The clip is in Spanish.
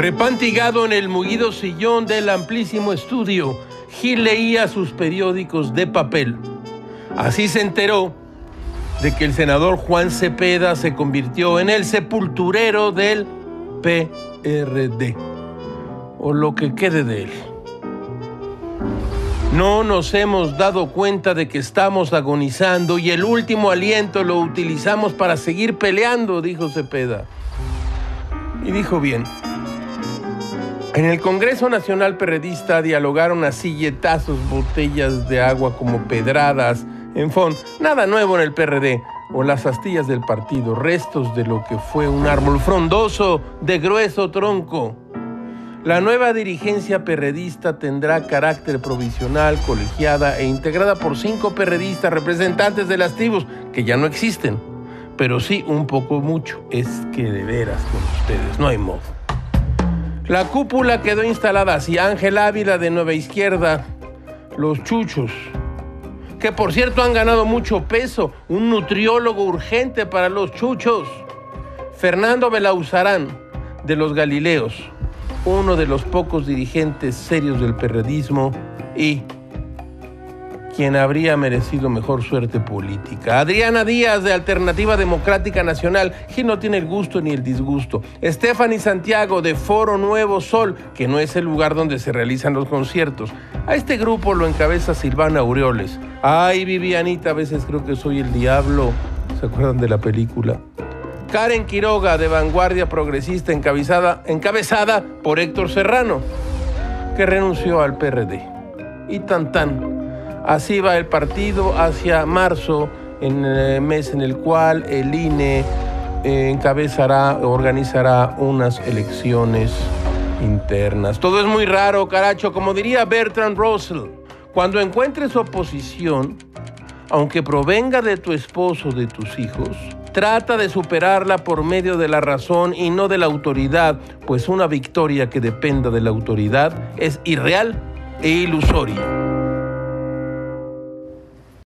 Repantigado en el mullido sillón del amplísimo estudio, Gil leía sus periódicos de papel. Así se enteró de que el senador Juan Cepeda se convirtió en el sepulturero del PRD, o lo que quede de él. No nos hemos dado cuenta de que estamos agonizando y el último aliento lo utilizamos para seguir peleando, dijo Cepeda. Y dijo bien. En el Congreso Nacional Perredista dialogaron a silletazos botellas de agua como pedradas, en fin, nada nuevo en el PRD, o las astillas del partido, restos de lo que fue un árbol frondoso de grueso tronco. La nueva dirigencia perredista tendrá carácter provisional, colegiada e integrada por 5 perredistas representantes de las tribus, que ya no existen, pero sí un poco mucho, es que de veras con ustedes, no hay modo. La cúpula quedó instalada así: Ángel Ávila de Nueva Izquierda, los Chuchos, que por cierto han ganado mucho peso, un nutriólogo urgente para los Chuchos. Fernando Belauzarán de los Galileos, uno de los pocos dirigentes serios del perredismo y quien habría merecido mejor suerte política. Adriana Díaz de Alternativa Democrática Nacional, quien no tiene el gusto ni el disgusto. Stephanie Santiago de Foro Nuevo Sol, que no es el lugar donde se realizan los conciertos. A este grupo lo encabeza Silvana Aureoles. Ay, Vivianita, a veces creo que soy el diablo. ¿Se acuerdan de la película? Karen Quiroga de Vanguardia Progresista, encabezada por Héctor Serrano, que renunció al PRD. Y tan. Así va el partido hacia marzo, en el mes en el cual el INE organizará unas elecciones internas. Todo es muy raro, caracho. Como diría Bertrand Russell, cuando encuentres oposición, aunque provenga de tu esposo o de tus hijos, trata de superarla por medio de la razón y no de la autoridad, pues una victoria que dependa de la autoridad es irreal e ilusoria.